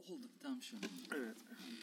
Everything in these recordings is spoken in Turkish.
Oldu tam şu an. Evet.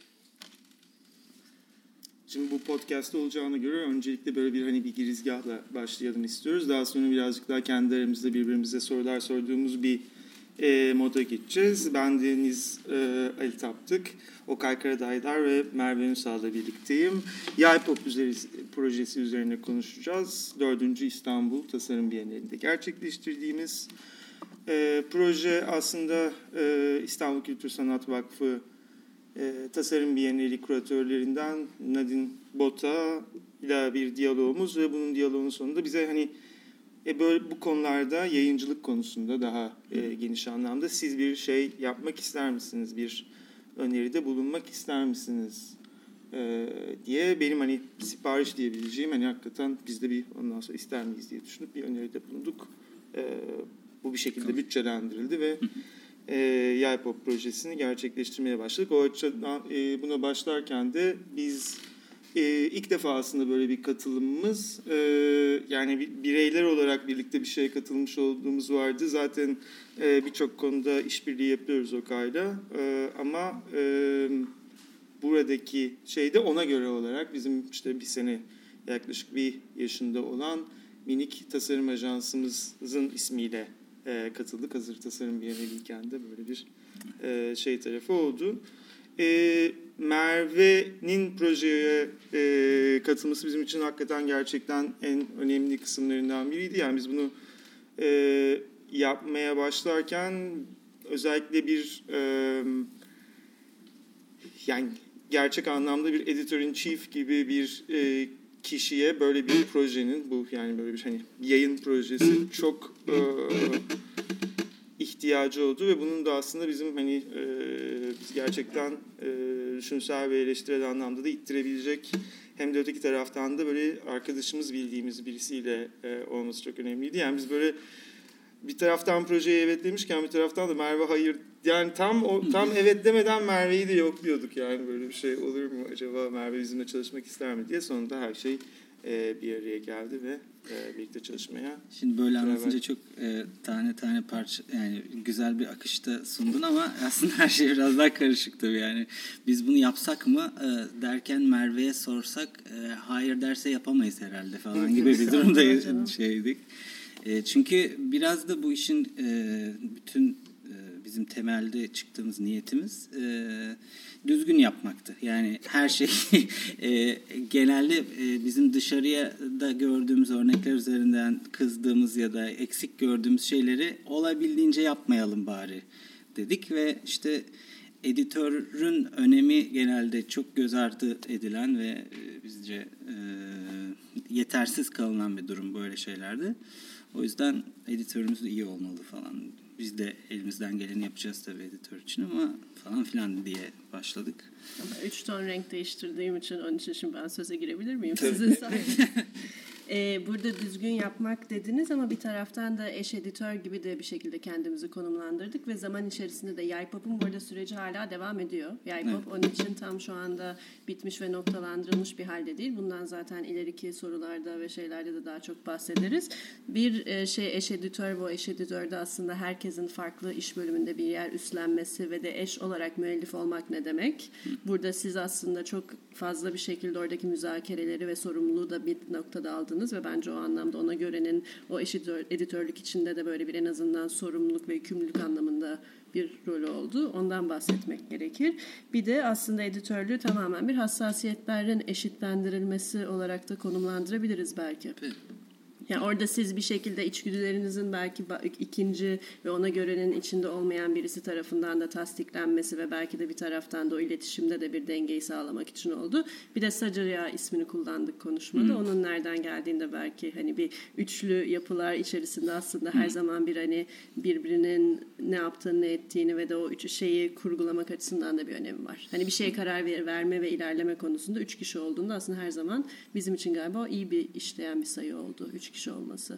Şimdi bu podcast'ta olacağına göre öncelikle böyle bir girizgahla başlayalım istiyoruz. Daha sonra birazcık daha kendi aramızda birbirimize sorular sorduğumuz bir moda geçeceğiz. Ben Deniz Ali Taptık, Okay Karadaylar ve Merve Ünsal'la birlikteyim. Yaypop projesi üzerine konuşacağız. 4. İstanbul Tasarım Bienalinde gerçekleştirdiğimiz proje aslında İstanbul Kültür Sanat Vakfı Tasarım Bienali kuratörlerinden Nadine Bota ile bir diyalogumuz ve bunun diyaloğunun sonunda bize böyle bu konularda yayıncılık konusunda daha geniş anlamda siz bir şey yapmak ister misiniz, bir öneride bulunmak ister misiniz diye benim sipariş diyebileceğim hakikaten biz de bir ondan sonra ister miyiz diye düşünüp bir öneride bulunduk. Bu bir şekilde bütçelendirildi ve Yaypop projesini gerçekleştirmeye başladık. O açıdan buna başlarken de biz ilk defa aslında böyle bir katılımımız, yani bireyler olarak birlikte bir şeye katılmış olduğumuz vardı. Zaten birçok konuda işbirliği yapıyoruz OKA'yla, ama buradaki şey de ona göre olarak bizim işte bir sene yaklaşık bir yaşında olan minik tasarım ajansımızın ismiyle katıldık. Hazır Tasarım Bienaliyken de böyle bir tarafı oldu. Merve'nin projeye katılması bizim için hakikaten gerçekten en önemli kısımlarından biriydi. Yani biz bunu yapmaya başlarken özellikle bir yani gerçek anlamda bir editor-in-chief gibi bir kişiye böyle bir projenin, bu yani böyle bir yayın projesi çok ihtiyacı oldu ve bunun da aslında bizim biz gerçekten düşünsel ve eleştirel anlamda da ittirebilecek, hem de öteki taraftan da böyle arkadaşımız bildiğimiz birisiyle olması çok önemliydi. Yani biz böyle bir taraftan projeye evet demişken bir taraftan da Merve hayır, yani tam evet demeden Merve'yi de yokluyorduk, yani böyle bir şey olur mu acaba, Merve bizimle çalışmak ister mi diye. Sonunda her şey bir araya geldi ve birlikte çalışmaya. Şimdi böyle anlatınca çok tane parça, yani güzel bir akışta sundun ama aslında her şey biraz daha karışık tabii. Yani biz bunu yapsak mı derken Merve'ye sorsak hayır derse yapamayız herhalde falan gibi bir durumda şeydik. Çünkü biraz da bu işin bütün bizim temelde çıktığımız niyetimiz düzgün yapmaktı. Yani her şey genelde bizim dışarıya da gördüğümüz örnekler üzerinden kızdığımız ya da eksik gördüğümüz şeyleri olabildiğince yapmayalım bari dedik ve işte editörün önemi genelde çok göz ardı edilen ve bizce yetersiz kalınan bir durum böyle şeylerde. O yüzden editörümüz de iyi olmalı falan. Biz de elimizden geleni yapacağız tabii editör için ama falan filan diye başladık. Ama 3 ton renk değiştirdiğim için onun için şimdi ben söze girebilir miyim sizin sayenizde? Burada düzgün yapmak dediniz ama bir taraftan da eş editör gibi de bir şekilde kendimizi konumlandırdık ve zaman içerisinde de Yaypop'un burada süreci hala devam ediyor. Yaypop onun için tam şu anda bitmiş ve noktalandırılmış bir halde değil. Bundan zaten ileriki sorularda ve şeylerde de daha çok bahsederiz. Bir eş editör, bu eş editörde aslında herkesin farklı iş bölümünde bir yer üstlenmesi ve de eş olarak müellif olmak ne demek? Burada siz aslında çok fazla bir şekilde oradaki müzakereleri ve sorumluluğu da bir noktada aldınız ve bence o anlamda ona görenin o editörlük içinde de böyle bir en azından sorumluluk ve yükümlülük anlamında bir rolü oldu. Ondan bahsetmek gerekir. Bir de aslında editörlüğü tamamen bir hassasiyetlerin eşitlendirilmesi olarak da konumlandırabiliriz belki. Evet. Yani orada siz bir şekilde içgüdülerinizin belki ikinci ve ona görenin içinde olmayan birisi tarafından da tasdiklenmesi ve belki de bir taraftan da o iletişimde de bir dengeyi sağlamak için oldu. Bir de Sacerya ismini kullandık konuşmada. Onun nereden geldiğinde belki bir üçlü yapılar içerisinde aslında her zaman bir birbirinin ne yaptığını, ne ettiğini ve de o üç şeyi kurgulamak açısından da bir önemi var. Bir şeye karar verme ve ilerleme konusunda 3 kişi olduğunda aslında her zaman bizim için galiba iyi bir işleyen bir sayı oldu. 3 kişi olması.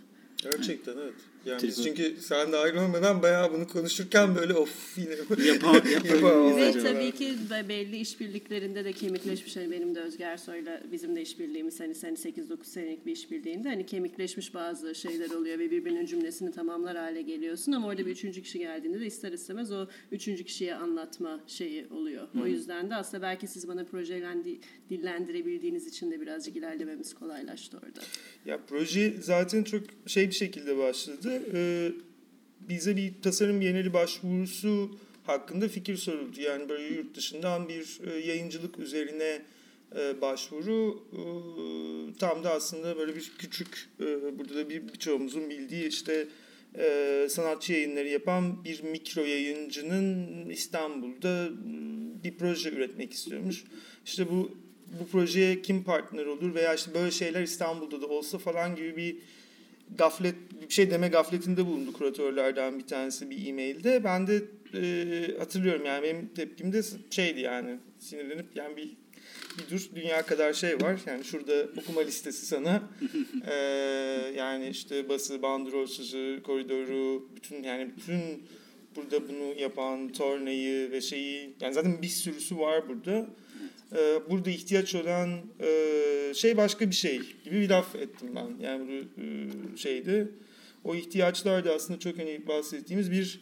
Gerçekten evet. Yani Tribün. biz çünkü sen de ayrı olmadan bayağı bunu konuşurken böyle of yine yapamam. Ve acaba? tabii ki belli işbirliklerinde de kemikleşmiş. Hani benim de Özge Ersoy'la bizim de işbirliğimiz hani 8-9 senelik bir işbirliğinde hani kemikleşmiş bazı şeyler oluyor ve birbirinin cümlesini tamamlar hale geliyorsun ama orada bir üçüncü kişi geldiğinde de ister istemez o üçüncü kişiye anlatma şeyi oluyor. O yüzden de aslında belki siz bana projeyle dillendirebildiğiniz için de birazcık ilerlememiz kolaylaştı orada. Ya proje zaten çok bir şekilde başladı. Bize bir tasarım bienali başvurusu hakkında fikir soruldu. Yani böyle yurt dışından bir yayıncılık üzerine başvuru. Tam da aslında böyle bir küçük, burada da birçoğumuzun bildiği işte sanatçı yayınları yapan bir mikro yayıncının İstanbul'da bir proje üretmek istiyormuş. İşte bu projeye kim partner olur veya işte böyle şeyler İstanbul'da da olsa falan gibi bir deme gafletinde bulundu kuratörlerden bir tanesi bir e-mailde. Ben de hatırlıyorum yani benim tepkim de şeydi yani sinirlenip yani bir dur dünya kadar şey var. Yani şurada okuma listesi sana. Yani işte bası, bandrolsüzü, koridoru, bütün burada bunu yapan tornayı ve yani zaten bir sürüsü var burada. Burada ihtiyaç olan başka bir şey gibi bir laf ettim ben. Yani bu şeydi. O ihtiyaçlar da aslında çok bahsettiğimiz bir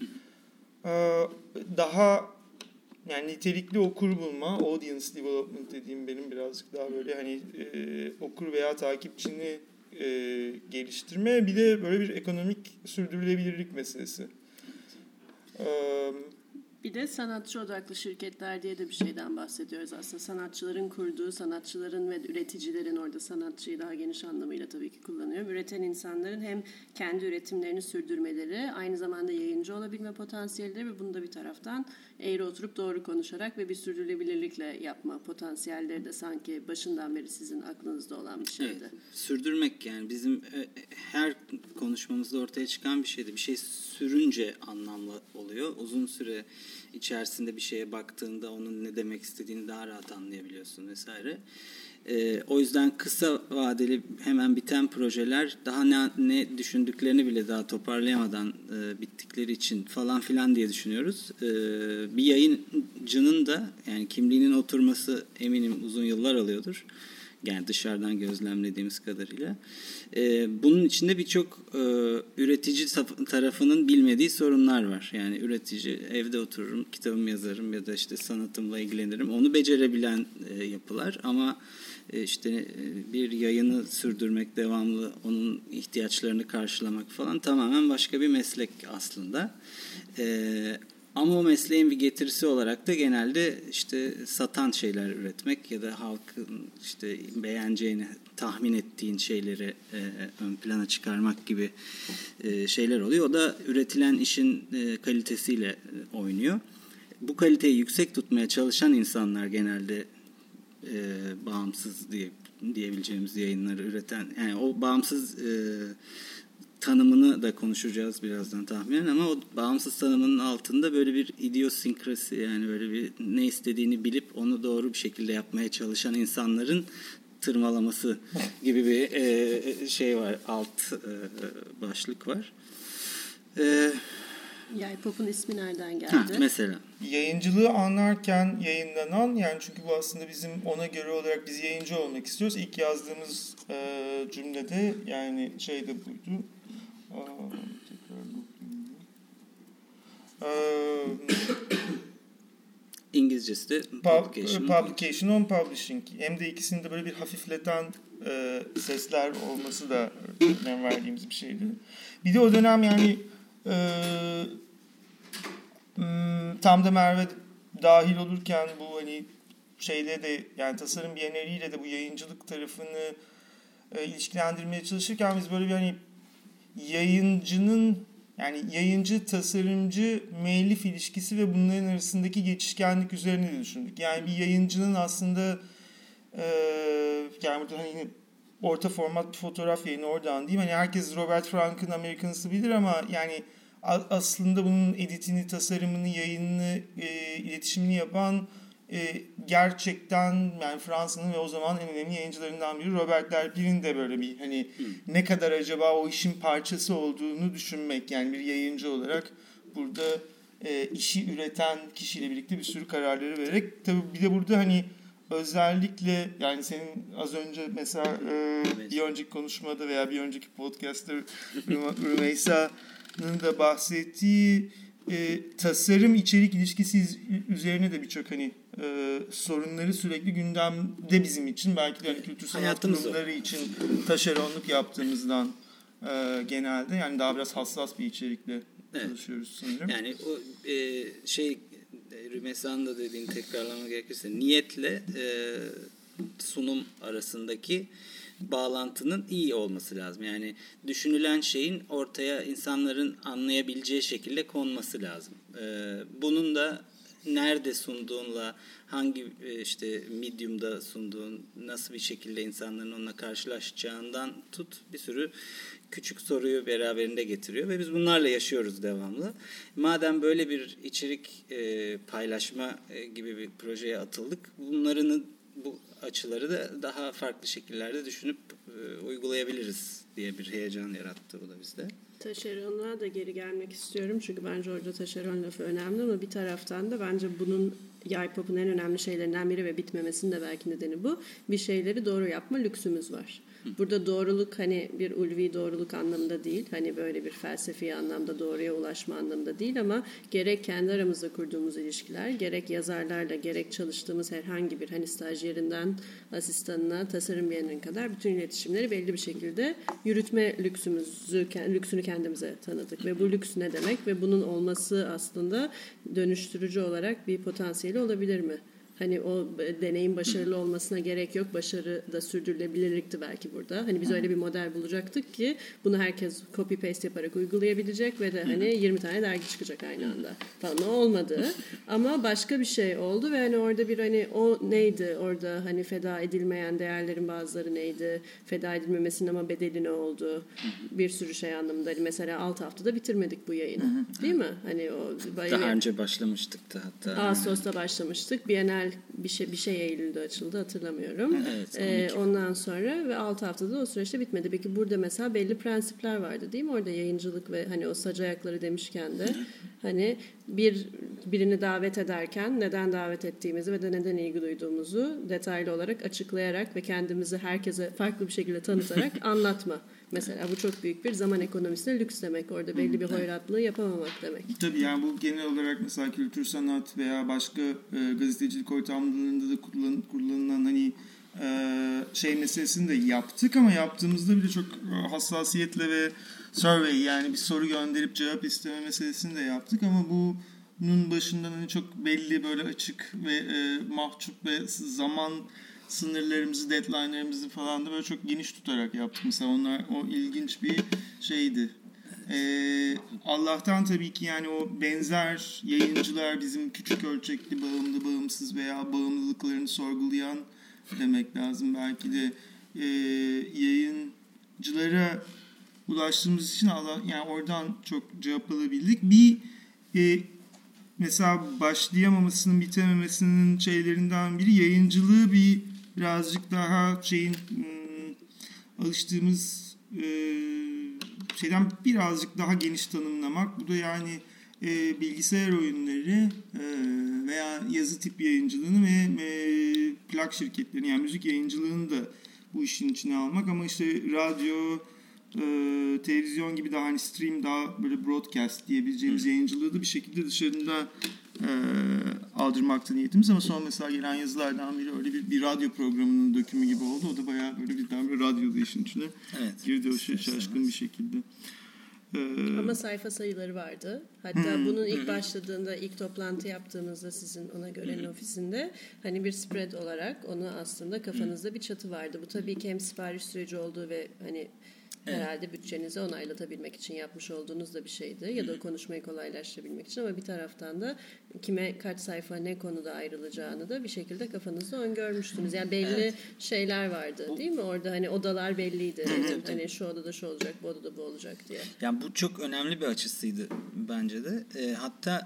daha yani nitelikli okur bulma, audience development dediğim benim birazcık daha böyle okur veya takipçini geliştirme, bir de böyle bir ekonomik sürdürülebilirlik meselesi. Bir de sanatçı odaklı şirketler diye de bir şeyden bahsediyoruz aslında. Sanatçıların kurduğu, sanatçıların ve üreticilerin orada sanatçıyı daha geniş anlamıyla tabii ki kullanıyorum. Üreten insanların hem kendi üretimlerini sürdürmeleri, aynı zamanda yayıncı olabilme potansiyelleri ve bunu da bir taraftan eğri oturup doğru konuşarak ve bir sürdürülebilirlikle yapma potansiyelleri de sanki başından beri sizin aklınızda olan bir şeydi. Evet, sürdürmek yani bizim her konuşmamızda ortaya çıkan bir şeydi. Bir şey sürünce anlamlı oluyor. Uzun süre içerisinde bir şeye baktığında onun ne demek istediğini daha rahat anlayabiliyorsun vesaire. O yüzden kısa vadeli hemen biten projeler daha ne düşündüklerini bile daha toparlayamadan bittikleri için falan filan diye düşünüyoruz. Bir yayıncının da yani kimliğinin oturması eminim uzun yıllar alıyordur. Yani dışarıdan gözlemlediğimiz kadarıyla. Bunun içinde birçok üretici tarafının bilmediği sorunlar var. Yani üretici evde otururum, kitabımı yazarım ya da işte sanatımla ilgilenirim. Onu becerebilen yapılar ama işte bir yayını sürdürmek, devamlı onun ihtiyaçlarını karşılamak falan tamamen başka bir meslek aslında. Ama o mesleğin bir getirisi olarak da genelde işte satan şeyler üretmek ya da halkın işte beğeneceğini tahmin ettiğin şeyleri ön plana çıkarmak gibi şeyler oluyor. O da üretilen işin kalitesiyle oynuyor. Bu kaliteyi yüksek tutmaya çalışan insanlar genelde bağımsız diyebileceğimiz yayınları üreten, yani o bağımsız tanımını da konuşacağız birazdan tahminen ama o bağımsız tanımının altında böyle bir idiosynkrasi, yani böyle bir ne istediğini bilip onu doğru bir şekilde yapmaya çalışan insanların tırmalaması gibi bir şey var, alt başlık var. Yaypop'un ismi nereden geldi? Mesela. Yayıncılığı anlarken yayınlanan, yani çünkü bu aslında bizim ona göre olarak biz yayıncı olmak istiyoruz. İlk yazdığımız cümlede yani şey de buydu. İngilizcesi de publication on publishing. Hem de ikisinde böyle bir hafifleten sesler olması da önem verdiğimiz bir şeydi. Bir de o dönem yani tam da Merve dahil olurken bu hani şeyde de yani tasarım bienaliyle de bu yayıncılık tarafını ilişkilendirmeye çalışırken biz böyle bir hani yayıncının yani yayıncı, tasarımcı, müellif ilişkisi ve bunların arasındaki geçişkenlik üzerine de düşündük. Yani bir yayıncının aslında yani burada hani orta format bir fotoğraf yayını oradan değil mi? Hani herkes Robert Frank'ın American'sı bilir ama yani aslında bunun editini, tasarımını, yayınını, iletişimini yapan gerçekten yani Fransa'nın ve o zaman en önemli yayıncılarından biri Robert Delpierre'in de böyle bir hani ne kadar acaba o işin parçası olduğunu düşünmek, yani bir yayıncı olarak burada işi üreten kişiyle birlikte bir sürü kararları vererek, tabii bir de burada hani özellikle yani senin az önce mesela bir önceki konuşmada veya bir önceki podcast'ta Rümeysa'nın da bahsettiği tasarım içerik ilişkisi üzerine de birçok hani sorunları sürekli gündemde bizim için, belki de hani kültür sanat kurumları için taşeronluk yaptığımızdan genelde yani daha biraz hassas bir içerikle çalışıyoruz sanırım. Yani o Rümeysa'nın da dediğini tekrarlamak gerekirse niyetle sunum arasındaki bağlantının iyi olması lazım. Yani düşünülen şeyin ortaya insanların anlayabileceği şekilde konması lazım. Bunun da nerede sunduğunla, hangi işte medium'da sunduğun, nasıl bir şekilde insanların onunla karşılaşacağından tut bir sürü küçük soruyu beraberinde getiriyor ve biz bunlarla yaşıyoruz devamlı. Madem böyle bir içerik paylaşma gibi bir projeye atıldık, bu açıları da daha farklı şekillerde düşünüp uygulayabiliriz diye bir heyecan yarattı bu da bizde. Taşeronluğa da geri gelmek istiyorum çünkü bence orada taşeron lafı önemli ama bir taraftan da bence bunun Yaypop'un en önemli şeylerinden biri ve bitmemesinin de belki nedeni bu. Bir şeyleri doğru yapma lüksümüz var. Burada doğruluk hani bir ulvi doğruluk anlamında değil, hani böyle bir felsefi anlamda doğruya ulaşma anlamında değil ama gerek kendi aramızda kurduğumuz ilişkiler, gerek yazarlarla, gerek çalıştığımız herhangi bir hani stajyerinden asistanına, tasarım beğenine kadar bütün iletişimleri belli bir şekilde yürütme lüksünü kendimize tanıdık ve bu lüks ne demek ve bunun olması aslında dönüştürücü olarak bir potansiyeli olabilir mi? Hani o deneyin başarılı olmasına gerek yok. Başarı da sürdürülebilirlikti belki burada. Hani biz öyle bir model bulacaktık ki bunu herkes copy paste yaparak uygulayabilecek ve de hani 20 tane dergi çıkacak aynı anda falan. O olmadı. Ama başka bir şey oldu ve hani orada bir hani o neydi? Orada hani feda edilmeyen değerlerin bazıları neydi? Feda edilmemesinin ama bedeli ne oldu? Bir sürü şey anlamında. Hani mesela 6 haftada bitirmedik bu yayını. Değil mi? Hani o daha önce başlamıştık da hatta. Ağustos'ta başlamıştık. Bienal bir şey Eylül'de açıldı, hatırlamıyorum. Evet, ondan sonra ve 6 haftada o süreçte bitmedi. Peki burada mesela belli prensipler vardı değil mi? Orada yayıncılık ve hani o sac ayakları demişken de hani birini davet ederken neden davet ettiğimizi ve de neden ilgi duyduğumuzu detaylı olarak açıklayarak ve kendimizi herkese farklı bir şekilde tanıtarak anlatma. Mesela bu çok büyük bir zaman ekonomisine lüks demek. Orada belli bir hoyratlığı yapamamak demek. Tabii yani bu genel olarak mesela kültür sanat veya başka gazetecilik ortamlarında da kullanılan hani şey meselesini de yaptık ama yaptığımızda bile çok hassasiyetle ve survey yani bir soru gönderip cevap isteme meselesini de yaptık ama bunun başından hani çok belli böyle açık ve mahcup ve zaman sınırlarımızı, deadline'larımızı falan da böyle çok geniş tutarak yaptık. Mesela o ilginç bir şeydi. Allah'tan tabii ki yani o benzer yayıncılar bizim küçük ölçekli bağımlı, bağımsız veya bağımlılıklarını sorgulayan demek lazım. Belki de yayıncılara ulaştığımız için yani oradan çok cevap alabildik. Mesela başlayamamasının, bitememesinin şeylerinden biri yayıncılığı birazcık daha alıştığımız şeyden birazcık daha geniş tanımlamak. Bu da yani bilgisayar oyunları veya yazı tip yayıncılığını ve plak şirketlerini yani müzik yayıncılığını da bu işin içine almak ama işte radyo, televizyon gibi daha hani stream, daha böyle broadcast diyebileceğimiz yayıncılığı da bir şekilde dışarında aldırmakta niyetimiz ama son mesela gelen yazılardan biri öyle bir radyo programının dökümü gibi oldu. O da bayağı böyle birden bir radyoda işin içine girdi o şaşkın bir şekilde. Ama sayfa sayıları vardı. Hatta bunun ilk başladığında, ilk toplantı yaptığımızda sizin ona görenin ofisinde hani bir spread olarak onu aslında kafanızda bir çatı vardı. Bu tabii ki hem sipariş süreci olduğu ve hani herhalde bütçenizi onaylatabilmek için yapmış olduğunuz da bir şeydi. Ya da konuşmayı kolaylaştırabilmek için ama bir taraftan da kime kaç sayfa ne konuda ayrılacağını da bir şekilde kafanızda öngörmüştünüz. Yani belli şeyler vardı değil mi? Orada hani odalar belliydi. Hani şu odada şu olacak, bu odada bu olacak diye. Yani bu çok önemli bir açısıydı bence de. Hatta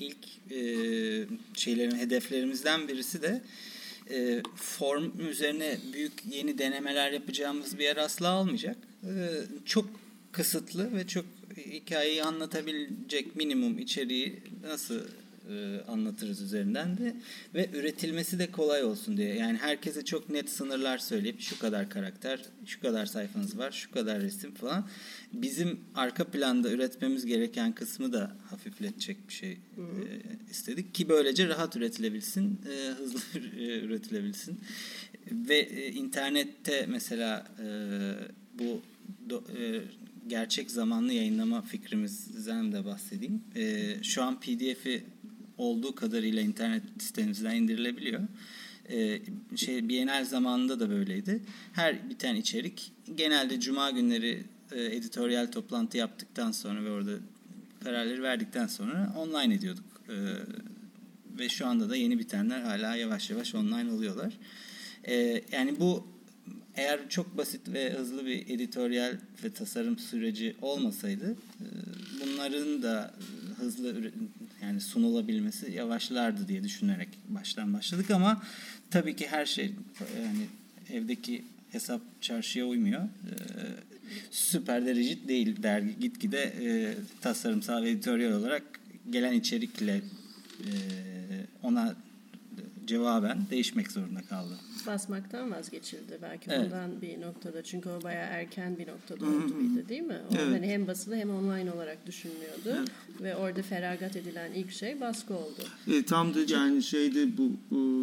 ilk hedeflerimizden birisi de form üzerine büyük yeni denemeler yapacağımız bir yer asla olmayacak. Çok kısıtlı ve çok hikayeyi anlatabilecek minimum içeriği nasıl anlatırız üzerinden de ve üretilmesi de kolay olsun diye. Yani herkese çok net sınırlar söyleyip şu kadar karakter, şu kadar sayfanız var, şu kadar resim falan. Bizim arka planda üretmemiz gereken kısmı da hafifletecek bir şey istedik ki böylece rahat üretilebilsin, hızlı üretilebilsin. Ve internette mesela bu gerçek zamanlı yayınlama fikrimizden de bahsedeyim. Şu an PDF'i olduğu kadarıyla internet sitemizden indirilebiliyor. Bienal zamanında da böyleydi. Her biten içerik genelde cuma günleri editoryal toplantı yaptıktan sonra ve orada kararları verdikten sonra online ediyorduk. Ve şu anda da yeni bitenler hala yavaş yavaş online oluyorlar. Yani bu eğer çok basit ve hızlı bir editoryal ve tasarım süreci olmasaydı bunların da hızlı yani sunulabilmesi yavaşlardı diye düşünerek baştan başladık ama tabii ki her şey yani evdeki hesap çarşıya uymuyor. Süper de rigid değil dergi gitgide tasarımsal ve editoryal olarak gelen içerikle ona cevaben değişmek zorunda kaldı. Basmaktan vazgeçildi belki evet. Ondan bir noktada. Çünkü o bayağı erken bir noktada oldu değil mi? O evet. hani hem basılı hem online olarak düşünülüyordu. Evet. Ve orada feragat edilen ilk şey baskı oldu. Tam da yani bu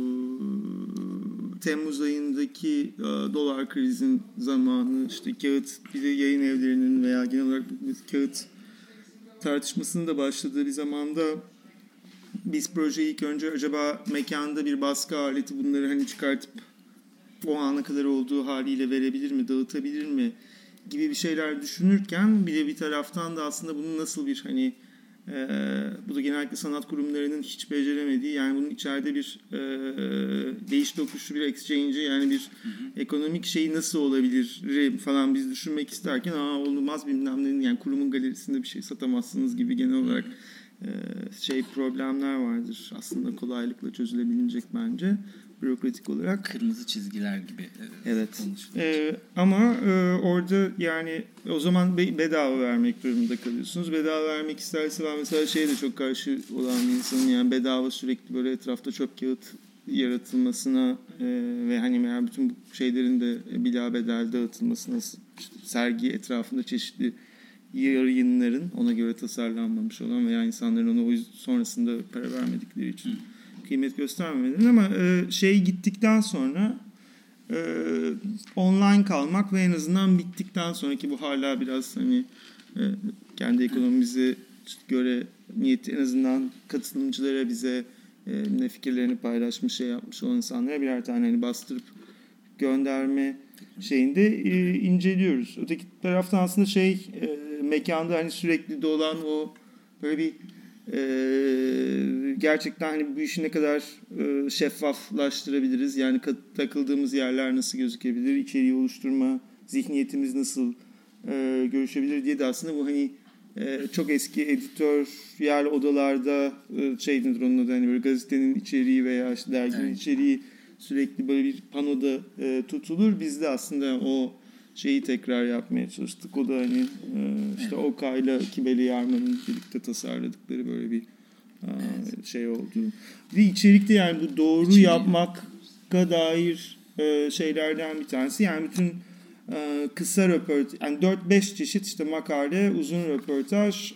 Temmuz ayındaki dolar krizin zamanı işte kağıt bir de yayın evlerinin veya genel olarak kağıt tartışmasının da başladığı bir zamanda biz projeyi ilk önce acaba mekanda bir baskı aleti bunları hani çıkartıp o ana kadar olduğu haliyle verebilir mi, dağıtabilir mi gibi bir şeyler düşünürken bir de bir taraftan da aslında bunun nasıl bir hani bu da genellikle sanat kurumlarının hiç beceremediği yani bunun içeride bir değiş tokuşlu bir exchange'i yani bir ekonomik şeyi nasıl olabilir falan biz düşünmek isterken olmaz bilmem ne yani kurumun galerisinde bir şey satamazsınız gibi genel olarak problemler vardır. Aslında kolaylıkla çözülebilecek bence bürokratik olarak. Kırmızı çizgiler gibi. Evet. Ama orada yani o zaman bedava vermek durumunda kalıyorsunuz. Bedava vermek isterse ben mesela de çok karşı olan bir insanım. Yani bedava sürekli böyle etrafta çöp kağıt yaratılmasına ve hani meğer bütün bu şeylerin de bilabedel dağıtılmasına işte sergi etrafında çeşitli yayınların ona göre tasarlanmamış olan veya insanların ona sonrasında para vermedikleri için kıymet göstermemeleri ama gittikten sonra online kalmak ve en azından bittikten sonraki bu hala biraz hani kendi ekonomimize göre niyeti en azından katılımcılara bize ne fikirlerini paylaşmış yapmış olan insanlara birer tane hani bastırıp gönderme şeyinde inceliyoruz. Öteki taraftan aslında mekanda hani sürekli dolan o böyle bir gerçekten hani bu işi ne kadar şeffaflaştırabiliriz? Yani takıldığımız yerler nasıl gözükebilir? İçeriği oluşturma zihniyetimiz nasıl görüşebilir diye de aslında bu hani çok eski editoryal odalarda nedir onun adı hani böyle gazetenin içeriği veya işte derginin içeriği sürekli böyle bir panoda tutulur. Biz de aslında o tekrar yapmaya çalıştık. O da hani işte Okay'la Kibeli Yarman'ın birlikte tasarladıkları böyle bir oldu. Ve içerikte yani bu doğru yapmak'a dair şeylerden bir tanesi. Yani bütün kısa röportaj, yani 4-5 çeşit işte makale, uzun röportaj,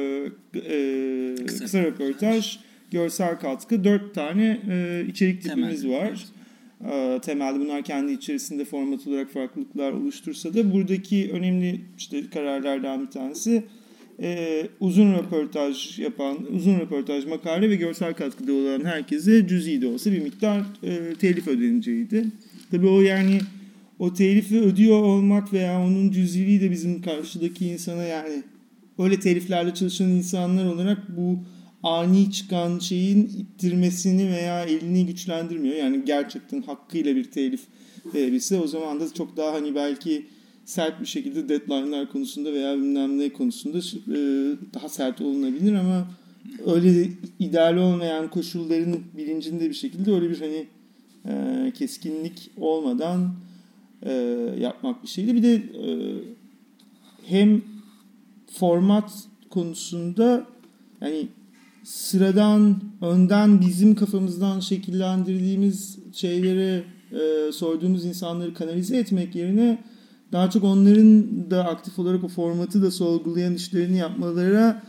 kısa röportaj, görsel katkı, 4 tane içerik tipimiz var. Temelde bunlar kendi içerisinde format olarak farklılıklar oluştursa da buradaki önemli kararlardan bir tanesi uzun röportaj makale ve görsel katkıda olan herkese cüzi de olsa bir miktar telif ödeneceğiydi. Tabii o yani o telifi ödüyor olmak veya onun cüziliği de bizim karşıdaki insana yani öyle teliflerle çalışan insanlar olarak bu ani çıkan şeyin ittirmesini veya elini güçlendirmiyor. Yani gerçekten hakkıyla bir telif verebilse o zaman da çok daha hani belki sert bir şekilde deadline'lar konusunda veya bilmem ne konusunda daha sert olunabilir ama öyle ideal olmayan koşulların bilincinde bir şekilde öyle bir hani keskinlik olmadan yapmak bir şeydi. Bir de hem format konusunda yani sıradan önden bizim kafamızdan şekillendirdiğimiz şeyleri sorduğumuz insanları kanalize etmek yerine daha çok onların da aktif olarak o formatı da sorgulayan işlerini yapmalarına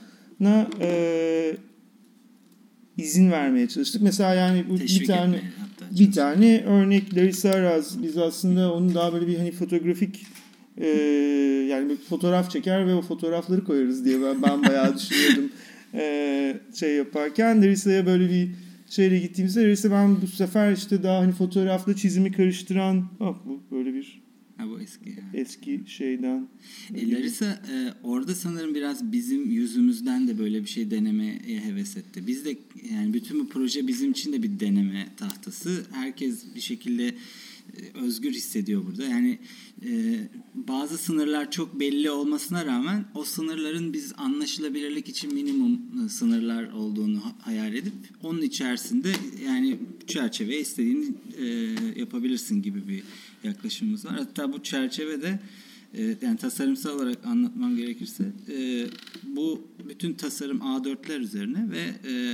izin vermeye çalıştık. Mesela yani bu bir tane örnek Larissa Araz. Biz aslında onun daha böyle bir hani fotoğrafik yani bir fotoğraf çeker ve o fotoğrafları koyarız diye ben bayağı düşünüyordum şey yaparken. Larissa'ya böyle bir şeyle gittiğimizde Larissa ben bu sefer işte daha hani fotoğrafla çizimi karıştıran bu böyle bir bu eski. Eski şeyden. Larissa orada sanırım biraz bizim yüzümüzden de böyle bir şey denemeye heves etti. Biz de yani bütün bu proje bizim için de bir deneme tahtası. Herkes bir şekilde özgür hissediyor burada. Yani bazı sınırlar çok belli olmasına rağmen o sınırların biz anlaşılabilirlik için minimum sınırlar olduğunu hayal edip onun içerisinde yani çerçeveye istediğini yapabilirsin gibi bir yaklaşımımız var. Hatta bu çerçevede yani tasarımsal olarak anlatmam gerekirse bu bütün tasarım A4'ler üzerine ve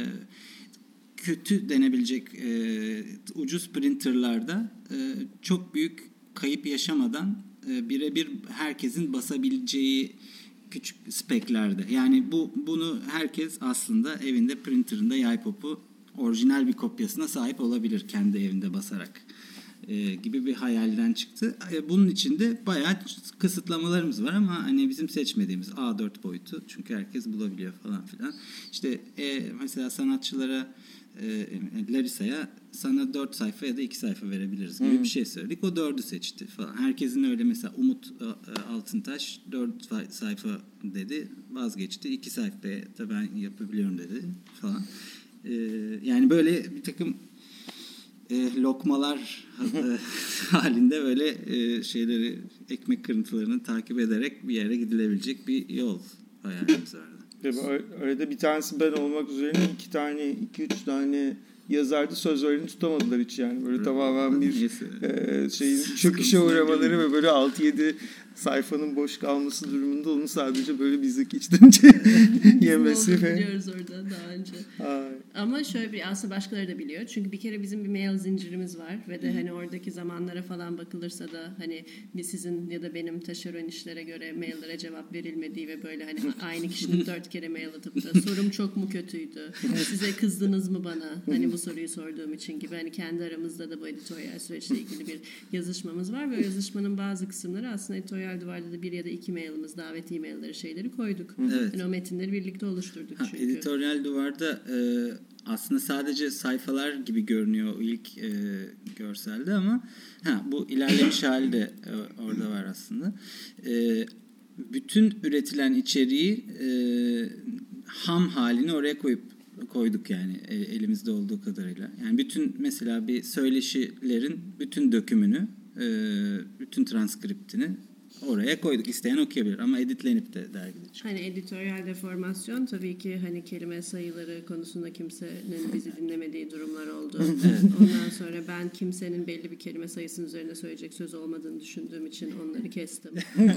kötü denebilecek ucuz printerlarda çok büyük kayıp yaşamadan birebir herkesin basabileceği küçük speklerde. Yani bunu herkes aslında evinde printerında Yaypop'u orijinal bir kopyasına sahip olabilir kendi evinde basarak gibi bir hayalden çıktı. Bunun için de bayağı kısıtlamalarımız var ama hani bizim seçmediğimiz A4 boyutu çünkü herkes bulabiliyor falan filan. İşte mesela sanatçılara Larissa'ya sana 4 sayfa ya da 2 sayfa verebiliriz gibi bir şey söyledik. O 4'ü seçti falan. Herkesin öyle mesela Umut Altıntaş 4 sayfa dedi. Vazgeçti. 2 sayfaya da ben yapabiliyorum dedi falan. Yani böyle bir takım lokmalar halinde böyle şeyleri ekmek kırıntılarını takip ederek bir yere gidilebilecek bir yol hayalimiz vardı. Arada bir tanesi ben olmak üzere 2-3 tane yazardı sözlerini tutamadılar hiç yani. Böyle tamamen bir şeyin çöküşe uğramaları ve böyle 6-7 sayfanın boş kalması durumunda onu sadece böyle bizdeki içten yemesi. Biz biliyoruz orada daha önce. Ama şöyle bir aslında başkaları da biliyor. Çünkü bir kere bizim bir mail zincirimiz var ve de hani oradaki zamanlara falan bakılırsa da hani sizin ya da benim taşeron işlere göre maillere cevap verilmediği ve böyle hani aynı kişinin 4 kere mail atıp da sorum çok mu kötüydü? Size kızdınız mı bana? Hani bu soruyu sorduğum için gibi hani kendi aramızda da bu editoryal süreçle ilgili bir yazışmamız var ve o yazışmanın bazı kısımları aslında editoryal duvarda da 1 ya da 2 mailimiz, davet e-mailleri şeyleri koyduk. Evet. Yani o metinleri birlikte oluşturduk çünkü. Editoryal duvarda aslında sadece sayfalar gibi görünüyor o ilk görselde ama bu ilerlemiş hali de orada var aslında. Bütün üretilen içeriği ham halini oraya koyduk yani elimizde olduğu kadarıyla. Yani bütün mesela bir söyleşilerin bütün dökümünü, bütün transkriptini oraya koyduk. İsteyen okuyabilir ama editlenip de dergide çıkıyor. Hani editoryal deformasyon tabii ki hani kelime sayıları konusunda kimsenin bizi dinlemediği durumlar oldu. Evet. Ondan sonra ben kimsenin belli bir kelime sayısının üzerine söyleyecek söz olmadığını düşündüğüm için onları kestim.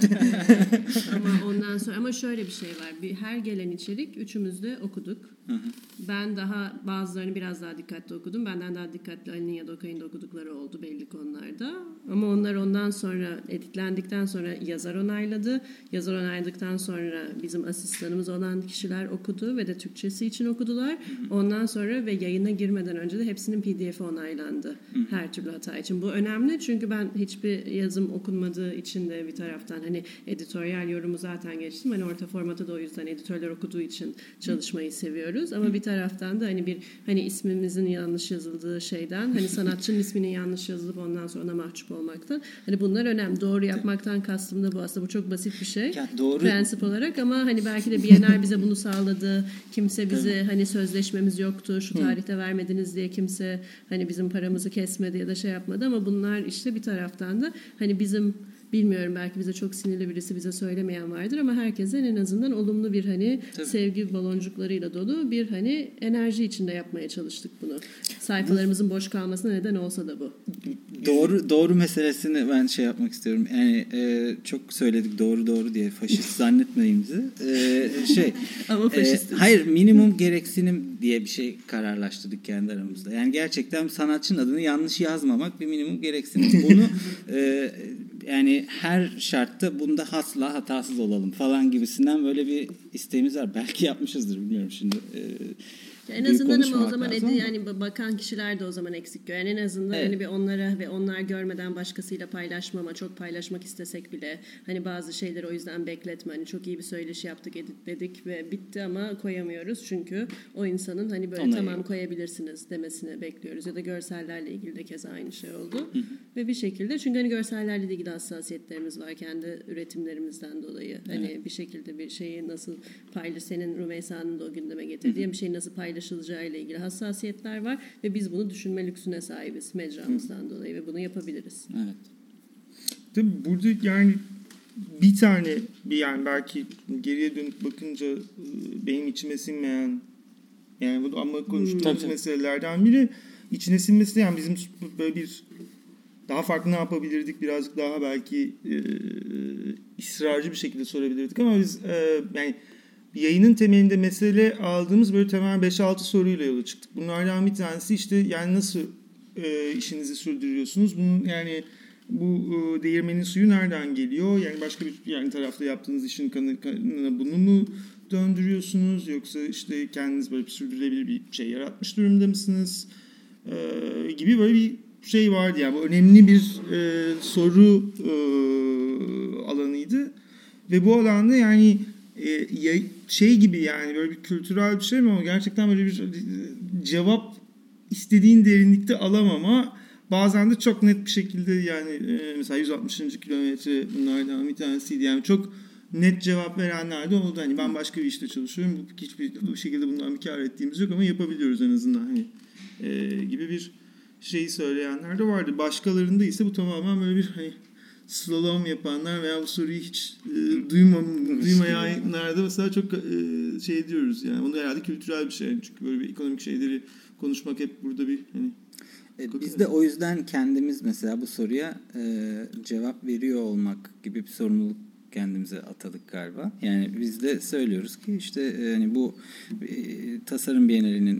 Ama şöyle bir şey var. Her gelen içerik üçümüz de okuduk. Ben daha bazılarını biraz daha dikkatli okudum. Benden daha dikkatli Ali'nin ya da Okay'ın da okudukları oldu belli konularda. Ama onlar ondan sonra editlendikten sonra yazar onayladı. Yazar onayladıktan sonra bizim asistanımız olan kişiler okudu ve de Türkçesi için okudular. Ondan sonra ve yayına girmeden önce de hepsinin PDF'i onaylandı. Her türlü hata için. Bu önemli çünkü ben hiçbir yazım okunmadığı için de bir taraftan hani editoryal yorumu zaten geçtim. Hani orta formatı da o yüzden editörler okuduğu için çalışmayı seviyoruz. Ama bir taraftan da hani ismimizin yanlış yazıldığı şeyden hani sanatçının isminin yanlış yazılıp ondan sonra ona mahcup olmaktan. Hani bunlar önemli. Doğru yapmaktan kastım da bu aslında. Bu çok basit bir şey. Doğru. Prensip olarak ama hani belki de Bienal bize bunu sağladı. Kimse bize hani sözleşmemiz yoktu. Şu tarihte vermediniz diye kimse hani bizim paramızı kesmedi ya da şey yapmadı ama bunlar işte bir taraftan da hani bizim bilmiyorum, belki bize çok sinirli birisi bize söylemeyen vardır ama herkesten en azından olumlu bir hani sevgi baloncuklarıyla dolu bir hani enerji içinde yapmaya çalıştık bunu. Sayfalarımızın boş kalmasına neden olsa da bu. Doğru meselesini ben şey yapmak istiyorum. Yani çok söyledik doğru diye, faşist zannetmeyin bizi. Ama faşist. Hayır, minimum gereksinim diye bir şey kararlaştırdık kendi aramızda. Yani gerçekten sanatçının adını yanlış yazmamak bir minimum gereksinim. Bunu yani her şartta bunda asla hatasız olalım falan gibisinden böyle bir isteğimiz var. Belki yapmışızdır, bilmiyorum şimdi. En azından ama o zaman yani bakan kişiler de o zaman eksik. Yani en azından hani bir onlara ve onlar görmeden başkasıyla paylaşmama, çok paylaşmak istesek bile hani bazı şeyleri o yüzden bekletme. Hani çok iyi bir söyleşi yaptık, editledik ve bitti ama koyamıyoruz. Çünkü o insanın hani böyle tamam koyabilirsiniz demesini bekliyoruz. Ya da görsellerle ilgili de keza aynı şey oldu. Ve bir şekilde, çünkü hani görsellerle ilgili hassasiyetlerimiz var kendi üretimlerimizden dolayı. Hani bir şekilde bir şeyi nasıl senin Rümeysa'nın da o gündeme getirdiği bir şeyi nasıl paylaşılacağıyla ilgili hassasiyetler var ve biz bunu düşünme lüksüne sahibiz mecramızdan dolayı ve bunu yapabiliriz. Evet. Tabii burada yani bir tane yani belki geriye dönüp bakınca benim içime sinmeyen, yani bunu ama konuştuğumuz meselelerden biri içine sinmesi, yani bizim böyle bir daha farklı ne yapabilirdik, birazcık daha belki ısrarcı bir şekilde sorabilirdik ama biz yani yayının temelinde mesele aldığımız böyle temel 5-6 soruyla yola çıktık. Bunlardan bir tanesi işte yani nasıl işinizi sürdürüyorsunuz? Bunun yani bu değirmenin suyu nereden geliyor? Yani başka bir yani tarafta yaptığınız işin kanına bunu mu döndürüyorsunuz? Yoksa işte kendiniz böyle bir sürdürülebilir bir şey yaratmış durumda mısınız? Gibi böyle bir şey vardı yani. Bu önemli bir soru alanıydı. Ve bu alanda yani şey gibi yani böyle bir kültürel bir şey mi ama gerçekten böyle bir cevap istediğin derinlikte alamama, bazen de çok net bir şekilde yani mesela 160. kilometre bunlardan bir tanesiydi. Yani çok net cevap verenler de oldu. Hani ben başka bir işte çalışıyorum. Hiçbir şekilde bundan bir kar ettiğimiz yok ama yapabiliyoruz en azından hani gibi bir şeyi söyleyenler de vardı. Başkalarında ise bu tamamen böyle bir hani slalom yapanlar veya bu soruyu hiç duymayanlar da mesela çok şey diyoruz yani. Onu herhalde kültürel bir şey. Çünkü böyle bir ekonomik şeyleri konuşmak hep burada bir hani biz de o yüzden kendimiz mesela bu soruya cevap veriyor olmak gibi bir sorumluluk kendimize atadık galiba. Yani biz de söylüyoruz ki işte hani bu Tasarım Bienalinin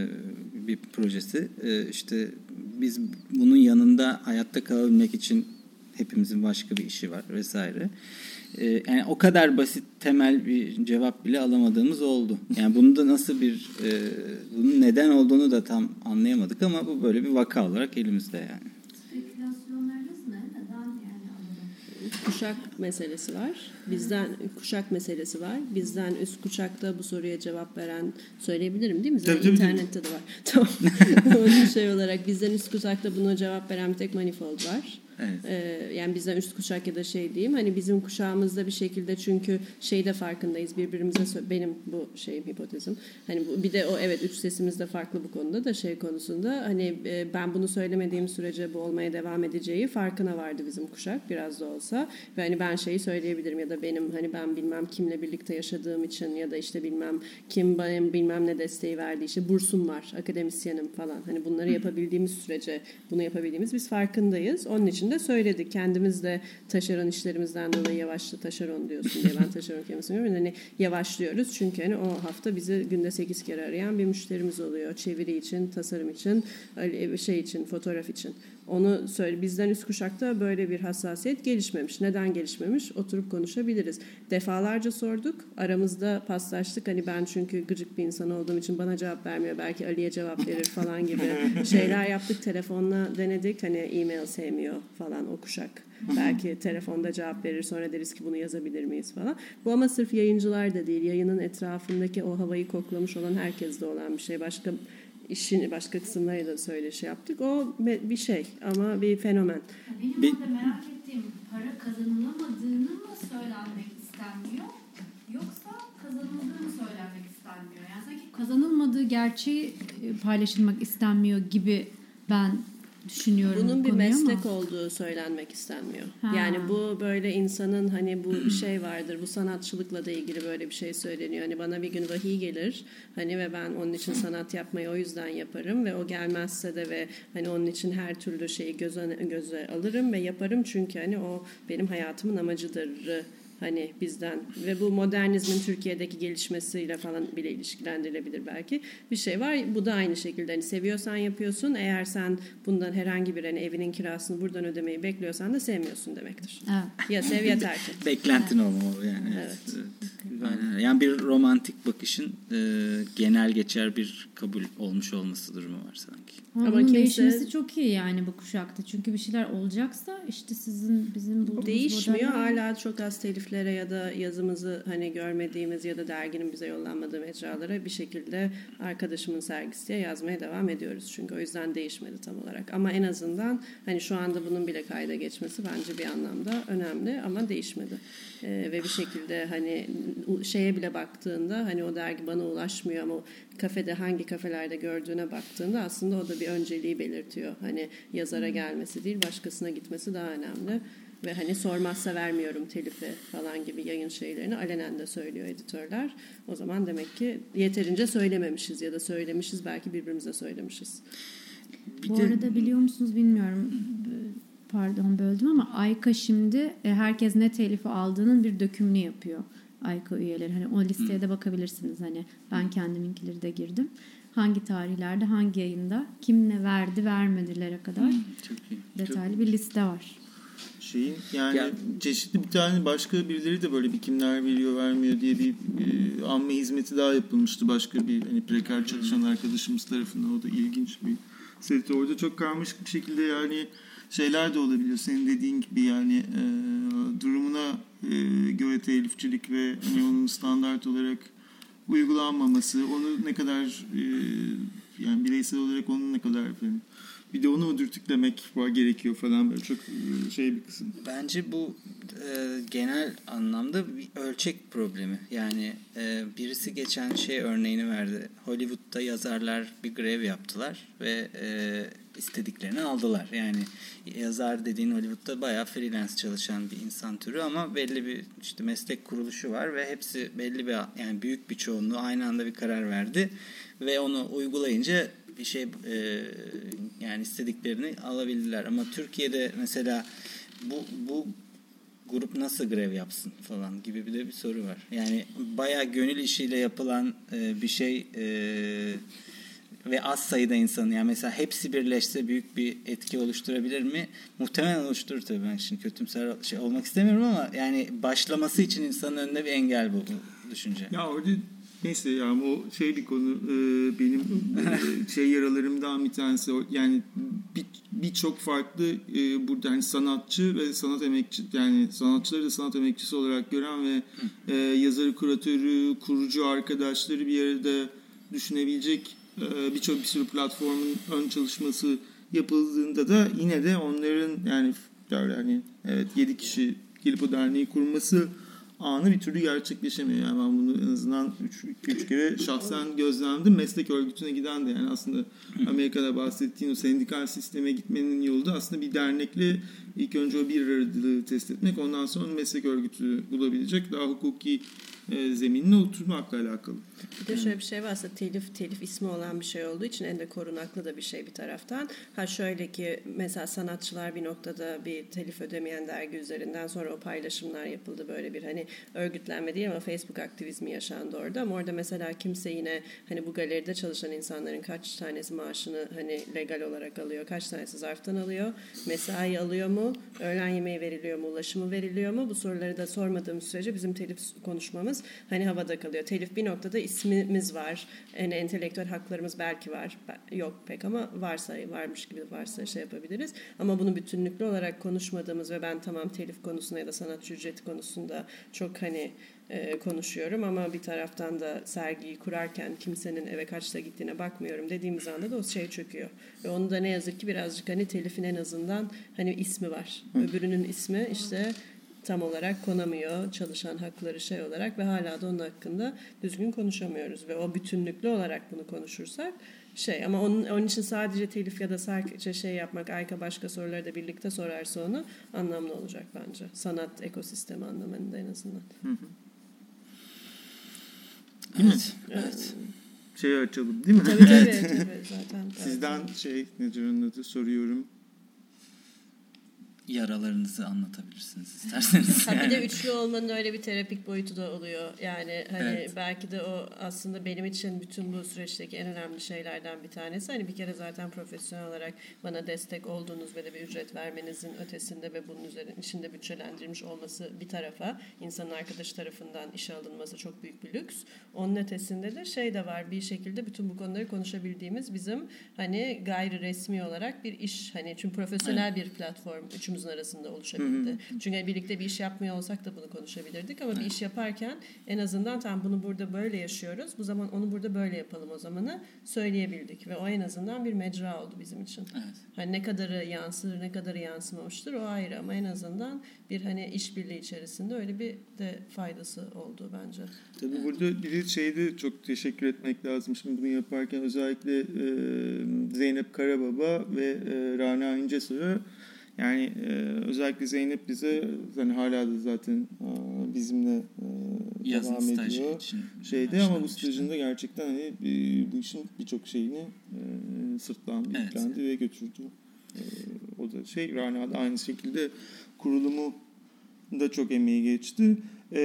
bir projesi. İşte biz bunun yanında hayatta kalabilmek için hepimizin başka bir işi var vesaire. Yani o kadar basit temel bir cevap bile alamadığımız oldu. Yani bunun da nasıl bir bunun neden olduğunu da tam anlayamadık ama bu böyle bir vaka olarak elimizde yani. Spekülasyonlarınız ne? Neden yani anladım? Kuşak meselesi var. Bizden kuşak meselesi var. Bizden üst kuşakta bu soruya cevap veren söyleyebilirim değil mi? Zaten internette de var. Tamam. Onun şey olarak bizden üst kuşakta buna cevap veren bir tek Manifold var. Evet. Yani bizden üst kuşak ya da şey diyeyim, hani bizim kuşağımızda bir şekilde, çünkü şeyde farkındayız birbirimize, benim bu şeyim, hipotezim, hani bir de o evet üç sesimiz de farklı bu konuda da şey konusunda, hani ben bunu söylemediğim sürece bu olmaya devam edeceği farkına vardı bizim kuşak biraz da olsa ve hani ben şeyi söyleyebilirim ya da benim hani ben bilmem kimle birlikte yaşadığım için ya da işte bilmem kim benim bilmem ne desteği verdi, işte bursum var, akademisyenim falan, hani bunları yapabildiğimiz sürece bunu yapabildiğimiz biz farkındayız. Onun için de söyledik. Kendimiz de taşeron işlerimizden dolayı yavaşla, taşeron diyorsun diye ben taşeron kelimesini görüyorum. Hani yavaşlıyoruz çünkü hani o hafta bizi günde 8 kere arayan bir müşterimiz oluyor. Çeviri için, tasarım için, şey için, fotoğraf için. Onu söyle. Bizden üst kuşakta böyle bir hassasiyet gelişmemiş. Neden gelişmemiş? Oturup konuşabiliriz. Defalarca sorduk. Aramızda paslaştık. Hani ben çünkü gıcık bir insan olduğum için bana cevap vermiyor. Belki Ali'ye cevap verir falan gibi şeyler yaptık. Telefonla denedik. Hani e-mail sevmiyor falan o kuşak. Belki telefonda cevap verir. Sonra deriz ki bunu yazabilir miyiz falan. Bu ama sırf yayıncılar da değil. Yayının etrafındaki o havayı koklamış olan herkeste olan bir şey. Başka işin başka kısımlarıyla da söyleşi yaptık. O bir şey ama bir fenomen. Benim orada merak ettiğim, para kazanılamadığını mı söylenmek istenmiyor yoksa kazanıldığı mı söylenmek istenmiyor? Yani sanki kazanılmadığı gerçeği paylaşılmak istenmiyor gibi ben düşünüyorum. Bunun bir konuyu meslek ama. olduğu söylenmek istenmiyor. Ha. Yani bu böyle insanın hani bu bir şey vardır. Bu sanatçılıkla da ilgili böyle bir şey söyleniyor. Hani bana bir gün vahiy gelir. Hani ve ben onun için sanat yapmayı o yüzden yaparım ve o gelmezse de ve hani onun için her türlü şeyi göze alırım ve yaparım çünkü hani o benim hayatımın amacıdır. Hani bizden ve bu modernizmin Türkiye'deki gelişmesiyle falan bile ilişkilendirilebilir belki bir şey var. Bu da aynı şekilde hani seviyorsan yapıyorsun. Eğer sen bundan herhangi bir hani evinin kirasını buradan ödemeyi bekliyorsan da sevmiyorsun demektir. Evet. Ya sev ya terk et. Beklentin olmalı yani. Evet. Aynen. Yani bir romantik bakışın genel geçer bir kabul olmuş olması durumu var sanki. Ama Ama bunun kimse- değişmesi çok iyi yani bu kuşakta. Çünkü bir şeyler olacaksa işte bizim bulduğumuz Değişmiyor. modeller- Hala çok az teliflere ya da yazımızı hani görmediğimiz ya da derginin bize yollanmadığı mecralara bir şekilde arkadaşımın sergisi diye yazmaya devam ediyoruz. Çünkü o yüzden değişmedi tam olarak. Ama en azından hani şu anda bunun bile kayda geçmesi bence bir anlamda önemli ama değişmedi. Ve bir şekilde hani şeye bile baktığında hani o dergi bana ulaşmıyor ama kafede hangi kafelerde gördüğüne baktığında aslında o da bir önceliği belirtiyor. Hani yazara gelmesi değil başkasına gitmesi daha önemli. Ve hani sormazsa vermiyorum telifi falan gibi yayın şeylerini alenen de söylüyor editörler. O zaman demek ki yeterince söylememişiz ya da söylemişiz belki birbirimize söylemişiz. Bu arada biliyor musunuz bilmiyorum. Pardon böldüm ama Ayka şimdi herkes ne telifi aldığının bir dökümünü yapıyor. Ayka üyeleri. Hani o listeye de bakabilirsiniz. Hani ben kendiminkileri de girdim. Hangi tarihlerde, hangi yayında, kim ne verdi, vermedilere kadar Çok iyi. detaylı bir liste var. Yani çeşitli bir tane başka birileri de böyle bir kimler veriyor vermiyor diye bir amme hizmeti daha yapılmıştı başka bir hani preker çalışan arkadaşımız tarafından. O da ilginç bir set. Orada çok karmaşık bir şekilde yani şeyler de olabiliyor. Senin dediğin gibi yani durumuna göre telifçilik ve hani onun standart olarak uygulanmaması, onu ne kadar yani bireysel olarak onu ne kadar yani, bir de onu mu dürtüklemek var gerekiyor falan böyle çok şey bir kısım. Bence bu genel anlamda bir ölçek problemi. Yani birisi geçen şey örneğini verdi. Hollywood'da yazarlar bir grev yaptılar ve istediklerini aldılar. Yani yazar dediğin Hollywood'da bayağı freelance çalışan bir insan türü ama belli bir işte meslek kuruluşu var ve hepsi belli bir yani büyük bir çoğunluğu aynı anda bir karar verdi ve onu uygulayınca bir şey yani istediklerini alabildiler. Ama Türkiye'de mesela bu grup nasıl grev yapsın falan gibi bir soru var. Yani bayağı gönül işiyle yapılan bir şey ve az sayıda insanın yani mesela hepsi birleşse büyük bir etki oluşturabilir mi? Muhtemelen oluşturur tabii. Ben şimdi kötümser şey olmak istemiyorum ama yani başlaması için insanın önünde bir engel bu düşünce. Ya orada neyse yani o şey bir konu benim şey yaralarımdan bir tanesi yani birçok farklı burada hani sanatçı ve sanat emekçi yani sanatçıları da sanat emekçisi olarak gören ve yazarı, kuratörü, kurucu arkadaşları bir arada düşünebilecek bir sürü platformun ön çalışması yapıldığında da yine de onların yani evet 7 kişi gelip o derneği kurması anı bir türlü gerçekleşemiyor. Yani ben bunu en azından 3 kere şahsen gözlemledim. Meslek örgütüne giden de yani aslında Amerika'da bahsettiğin o sendikal sisteme gitmenin yolu da aslında bir dernekle ilk önce o bir aracılığı test etmek. Ondan sonra meslek örgütü bulabilecek daha hukuki zeminine oturmakla alakalı. Bir de şöyle bir şey varsa telif ismi olan bir şey olduğu için en de korunaklı da bir şey bir taraftan. Şöyle ki mesela sanatçılar bir noktada bir telif ödemeyen dergi üzerinden sonra o paylaşımlar yapıldı. Böyle bir hani örgütlenme değil ama Facebook aktivizmi yaşandı orada. Ama orada mesela kimse yine hani bu galeride çalışan insanların kaç tanesi maaşını hani legal olarak alıyor, kaç tanesi zarftan alıyor, mesai alıyor mu, öğlen yemeği veriliyor mu, ulaşımı veriliyor mu? Bu soruları da sormadığımız sürece bizim telif konuşmamız hani havada kalıyor. Telif bir noktada ismimiz var. Yani entelektüel haklarımız belki var. Yok pek ama varmış gibi varsa şey yapabiliriz. Ama bunu bütünlüklü olarak konuşmadığımız ve ben tamam telif konusunda ya da sanatçı ücreti konusunda çok hani konuşuyorum ama bir taraftan da sergiyi kurarken kimsenin eve kaçta gittiğine bakmıyorum dediğimiz anda da o şey çöküyor. Ve onu da ne yazık ki birazcık hani telifin en azından hani ismi var. Öbürünün ismi işte tam olarak konamıyor çalışan hakları şey olarak ve hala da onun hakkında düzgün konuşamıyoruz ve o bütünlüklü olarak bunu konuşursak Ama onun için sadece telif ya da sadece yapmak, Ayka başka soruları da birlikte sorarsa onu anlamlı olacak bence. Sanat ekosistemi anlamında en azından. Evet. Şeyi açalım değil mi? Tabii zaten. Sizden nedir onun adı soruyorum. Yaralarınızı anlatabilirsiniz isterseniz. Bir de üçlü olmanın öyle bir terapik boyutu da oluyor. Yani Evet. belki de o aslında benim için bütün bu süreçteki en önemli şeylerden bir tanesi. Bir kere zaten profesyonel olarak bana destek olduğunuz ve de bir ücret vermenizin ötesinde ve bunun içinde bütçelendirilmiş olması bir tarafa, insanın arkadaşı tarafından işe alınması çok büyük bir lüks. Onun ötesinde de de var, bir şekilde bütün bu konuları konuşabildiğimiz bizim gayri resmi olarak bir iş. Çünkü profesyonel bir platform üçümüzün arasında oluşabildi. Çünkü birlikte bir iş yapmıyor olsak da bunu konuşabilirdik ama bir iş yaparken en azından bunu burada böyle yaşıyoruz. Bu zaman onu burada böyle yapalım o zamanı söyleyebildik ve o en azından bir mecra oldu bizim için. Evet. Ne kadarı yansır, ne kadarı yansımamıştır o ayrı ama en azından bir işbirliği içerisinde öyle bir de faydası oldu bence. Tabii burada bir çok teşekkür etmek lazım. Şimdi bunu yaparken özellikle Zeynep Karababa ve Rana İncesoy'a yani özellikle Zeynep bize hala da zaten bizimle devam ediyor. Ama bu stajında gerçekten bu işin birçok şeyini sırtlandı, yüklendi ve götürdü. O da Rana da aynı şekilde kurulumu da çok emeği geçti.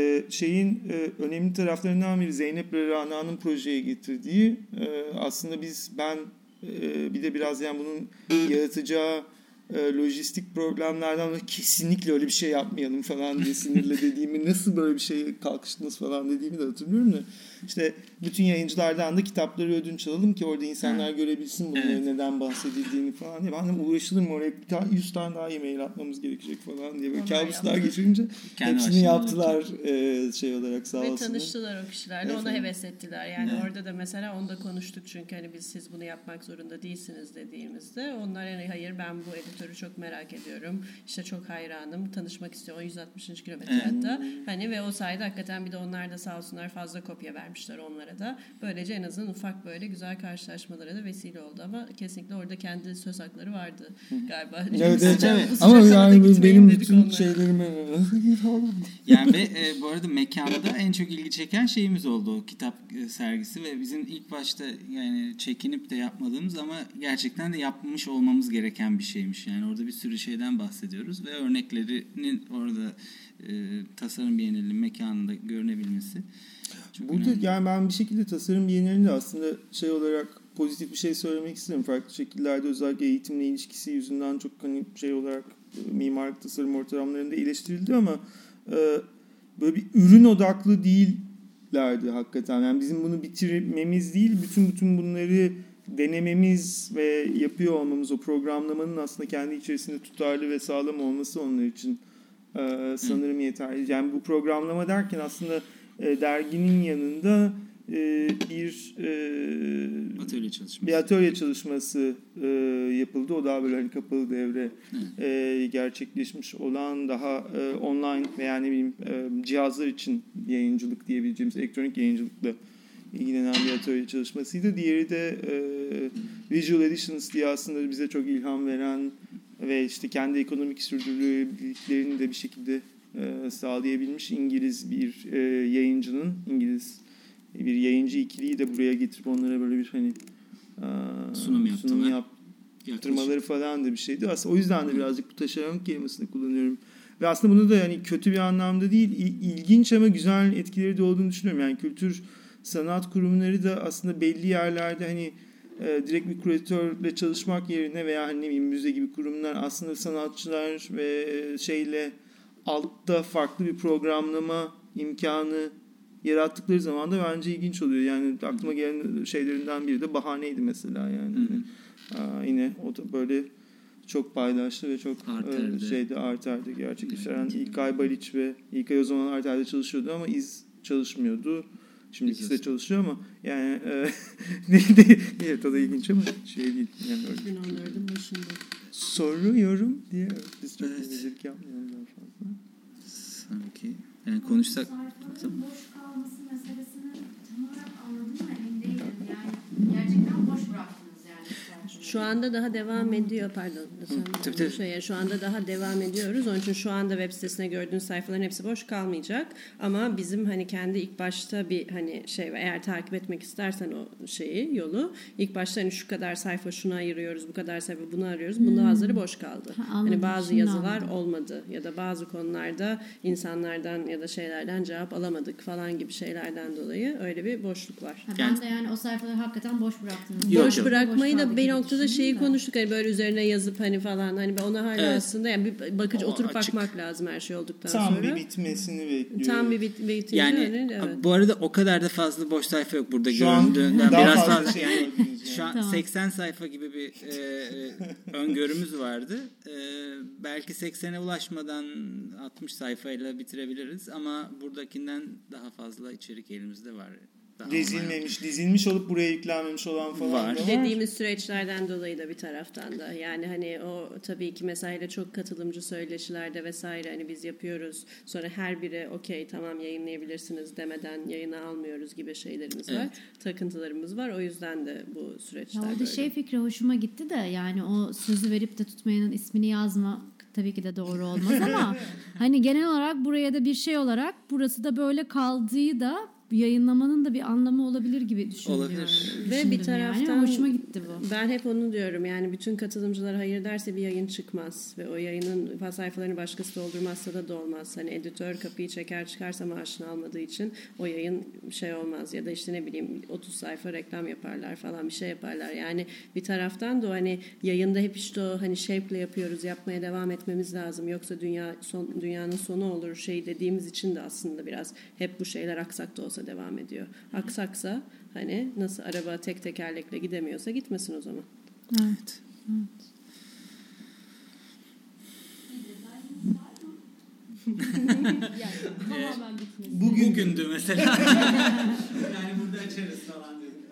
Önemli taraflarından biri Zeynep ve Rana'nın projeye getirdiği aslında ben bir de biraz bunun yaratacağı lojistik problemlerden kesinlikle öyle bir şey yapmayalım falan diye sinirle dediğimi, nasıl böyle bir şeye kalkıştınız falan dediğimi de hatırlıyorum da bütün yayıncılardan da kitapları ödünç alalım ki orada insanlar görebilsin bunların neden bahsedildiğini falan diye. Ben de uğraşılır mı oraya 100 tane daha e-mail atmamız gerekecek falan diye böyle kabuslar geçirince hepsini yaptılar olarak sağ olsunlar. Ve tanıştılar o kişilerle, ona heves ettiler. Orada da mesela onu da konuştuk çünkü siz bunu yapmak zorunda değilsiniz dediğimizde onlar hayır ben bu editörü çok merak ediyorum. Çok hayranım. Tanışmak istiyorum. O 160. kilometre hatta. Ve o sayede hakikaten bir de onlar da sağ olsunlar fazla kopya vermişler onlara da. Böylece en azından ufak böyle güzel karşılaşmalara da vesile oldu ama kesinlikle orada kendi söz hakları vardı galiba. Evet. Ama benim bütün şeylerime ve bu arada mekanda en çok ilgi çeken şeyimiz oldu o kitap sergisi ve bizim ilk başta çekinip de yapmadığımız ama gerçekten de yapmış olmamız gereken bir şeymiş. Orada bir sürü şeyden bahsediyoruz ve örneklerinin orada tasarım bienalinin mekanında görünebilmesi çok önemli. Ben bir şekilde tasarım bienalinde aslında olarak pozitif bir şey söylemek isterim. Farklı şekillerde özellikle eğitimle ilişkisi yüzünden çok olarak mimarlık tasarım ortamlarında eleştirildi ama böyle bir ürün odaklı değillerdi hakikaten. Bizim bunu bitirmemiz değil, bütün bunları denememiz ve yapıyor olmamız, o programlamanın aslında kendi içerisinde tutarlı ve sağlam olması onlar için sanırım yeterli. Bu programlama derken aslında derginin yanında bir atölye çalışması yapıldı. O daha böyle kapalı devre gerçekleşmiş olan daha online veya cihazlar için yayıncılık diyebileceğimiz elektronik yayıncılıkla ilgilenen bir atölye çalışmasıydı. Diğeri de Visual Editions diye aslında bize çok ilham veren ve kendi ekonomik sürdürülebilirliklerini de bir şekilde sağlayabilmiş İngiliz bir yayıncının, İngiliz bir yayıncı ikiliyi de buraya getirip onlara böyle bir sunum yaptırmaları falan da bir şeydi. Aslında o yüzden de birazcık bu taşeron kelimesini kullanıyorum. Ve aslında bunu da kötü bir anlamda değil, ilginç ama güzel etkileri de olduğunu düşünüyorum. Kültür sanat kurumları da aslında belli yerlerde direkt bir küratörle çalışmak yerine veya müze gibi kurumlar aslında sanatçılar ve altta farklı bir programlama imkanı yarattıkları zaman da bence ilginç oluyor. Aklıma gelen şeylerinden biri de Bahaneydi mesela yine o da böyle çok paylaştı ve çok artardı gerçekten. İlkay Baliç ve İlkay o zaman Arter'de çalışıyordu ama İz çalışmıyordu. Şimdi ikisi de çalışıyor ama evet o da ilginç ama değil. Bugün onların başında. Soruyorum diye biz çok izledik yapmayalım daha fazla. Sanki konuşsak. Sayfaların boş kalması meselesini tam olarak anladım mı emin değilim. Gerçekten boş bıraktınız Şu anda daha devam ediyor, pardon. Tabii. Şu anda daha devam ediyoruz. Onun için şu anda web sitesine gördüğün sayfaların hepsi boş kalmayacak. Ama bizim hani kendi ilk başta bir hani şey, eğer takip etmek istersen o şeyi, yolu, ilk başta hani şu kadar sayfa şuna ayırıyoruz, bu kadar sayfa bunu arıyoruz. Bunda bazıları boş kaldı. Hani bazı yazılar olmadı ya da bazı konularda insanlardan ya da şeylerden cevap alamadık falan gibi şeylerden dolayı öyle bir boşluk var. Ben de yani o sayfaları hakikaten boş bıraktım. Boş bırakmayı da bir noktada şeyi konuştuk, hani böyle üzerine yazıp hani falan, hani ben ona hala aslında yani bir bakıcı oturup açık. bakmak lazım her şey olduktan Tam sonra. bir bitmesini bekliyorum. Tam bir bitince Yani evet. bu arada o kadar da fazla boş sayfa yok burada Şu an göründüğünden daha biraz fazla fazla şey yani gördünüz şu an Tamam. 80 sayfa gibi bir öngörümüz vardı. Belki 80'e ulaşmadan 60 sayfayla bitirebiliriz ama buradakinden daha fazla içerik elimizde var. Daha dizilmiş olup buraya yüklenmemiş olan falan Var. da var. Dediğimiz süreçlerden dolayı da bir taraftan da yani hani o tabii ki mesela çok katılımcı söyleşilerde vesaire hani biz yapıyoruz, sonra her biri okey tamam yayınlayabilirsiniz demeden yayına almıyoruz gibi şeylerimiz var. Evet. Takıntılarımız var, o yüzden de bu süreçler Ya orada böyle. şey fikri hoşuma gitti de, yani o sözü verip de tutmayanın ismini yazma tabii ki de doğru olmaz ama hani genel olarak buraya da bir şey olarak burası da böyle kaldığı da yayınlamanın da bir anlamı olabilir gibi düşünüyorum. Olabilir. Ve bir taraftan yani. Hoşuma gitti bu. Ben hep onu diyorum, yani bütün katılımcılar hayır derse bir yayın çıkmaz ve o yayının sayfalarını başkası doldurmazsa da olmaz. Hani editör kapıyı çeker çıkarsa maaşını almadığı için o yayın şey olmaz ya da işte ne bileyim 30 sayfa reklam yaparlar falan, bir şey yaparlar. Yani bir taraftan da o hani yayında hep işte o hani şevkle yapıyoruz, yapmaya devam etmemiz lazım yoksa dünyanın sonu olur şey dediğimiz için de aslında biraz hep bu şeyler aksak da olsa devam ediyor. Aksaksa hani nasıl araba tek tekerlekle gidemiyorsa gitmesin o zaman. Evet. Tamamen bitmesi. Bugündü mesela. Yani burada açarız falan dedim.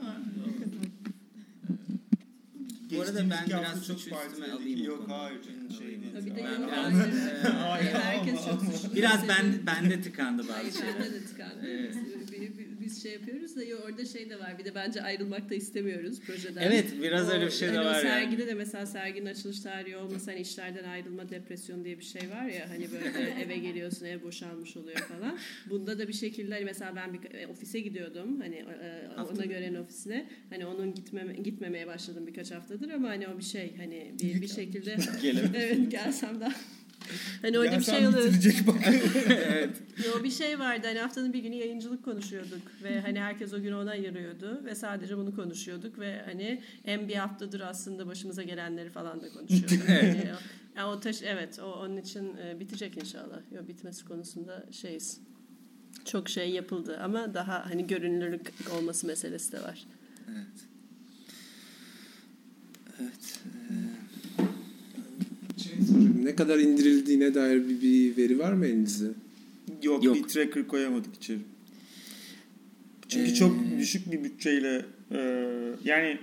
Bu arada ben biraz çok üstüme alayım. Yok hayır canım şey değil. Bir de Ben yeni herkes çok suçlu. Biraz bende tıkandı bazı Hayır, şeyler. bende de tıkandı. Evet. Biz şey yapıyoruz da orada şey de var. Bir de bence ayrılmak da istemiyoruz projeden. Evet, biraz öyle bir şey de hani var o yani. sergide de mesela serginin açılış tarihi olmasa hani işlerden ayrılma depresyonu diye bir şey var ya, hani böyle eve geliyorsun, ev boşalmış oluyor falan. Bunda da bir şekilde hani mesela ben bir ofise gidiyordum, hani ona gören ofisine, hani onun gitmemeye başladım birkaç haftadır ama hani o bir şey hani bir şekilde evet gelsem daha hani öyle bir şey oluyor. Evet. O bir şey vardı, hani haftanın bir günü yayıncılık konuşuyorduk ve hani herkes o günü ona ayırıyordu ve sadece bunu konuşuyorduk ve hani hem bir haftadır aslında başımıza gelenleri falan da konuşuyorduk. Yani o evet, onun için bitecek inşallah. Yok, bitmesi konusunda şeyiz. Çok şey yapıldı ama daha hani görünürlük olması meselesi de var. Evet. Evet. Ne kadar indirildiğine dair bir veri var mı elinizde? Yok, Yok. bir tracker koyamadık içeri. Çünkü çok düşük bir bütçeyle yani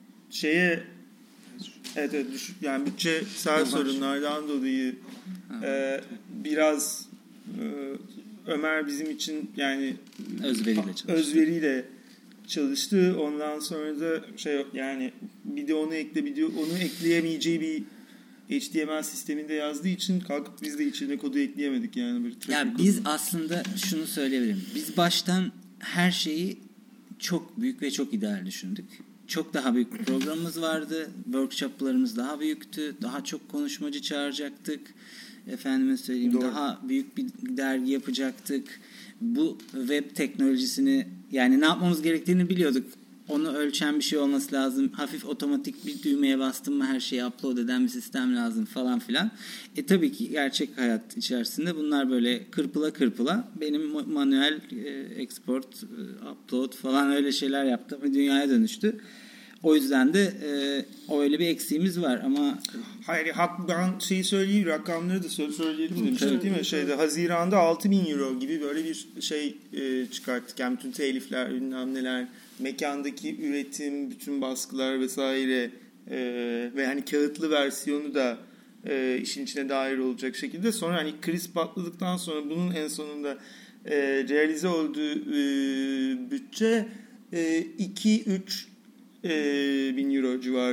evet düşük, yani bütçesel sorunlardan dolayı biraz Ömer bizim için yani özveriyle çalıştı. Ondan sonra da yani bir de onu ekleyemeyeceği bir HTML sisteminde yazdığı için kalkıp biz de içine kodu ekleyemedik yani. Ya biz aslında şunu söyleyebilirim. Biz baştan her şeyi çok büyük ve çok ideal düşündük. Çok daha büyük bir programımız vardı. Workshoplarımız daha büyüktü. Daha çok konuşmacı çağıracaktık. Efendime söyleyeyim, Doğru. daha büyük bir dergi yapacaktık. Bu web teknolojisini, yani ne yapmamız gerektiğini biliyorduk. Onu ölçen bir şey olması lazım. Hafif otomatik bir düğmeye bastım mı her şeyi upload eden bir sistem lazım falan filan. Tabii ki gerçek hayat içerisinde bunlar böyle kırpıla benim manuel export, upload falan öyle şeyler yaptım ve dünyaya dönüştü. O yüzden de öyle bir eksiğimiz var ama hayır, ben şeyi söyleyeyim, rakamları da söyleyelim demiştim değil mi? Haziran'da 6.000 euro gibi böyle bir şey çıkarttık. Yani bütün telifler, bilmem neler, mekandaki üretim, bütün baskılar vesaire ve hani kağıtlı versiyonu da işin içine dahil olacak şekilde. Sonra hani kriz patladıktan sonra bunun en sonunda realize olduğu bütçe 2-3 bin euro civarında.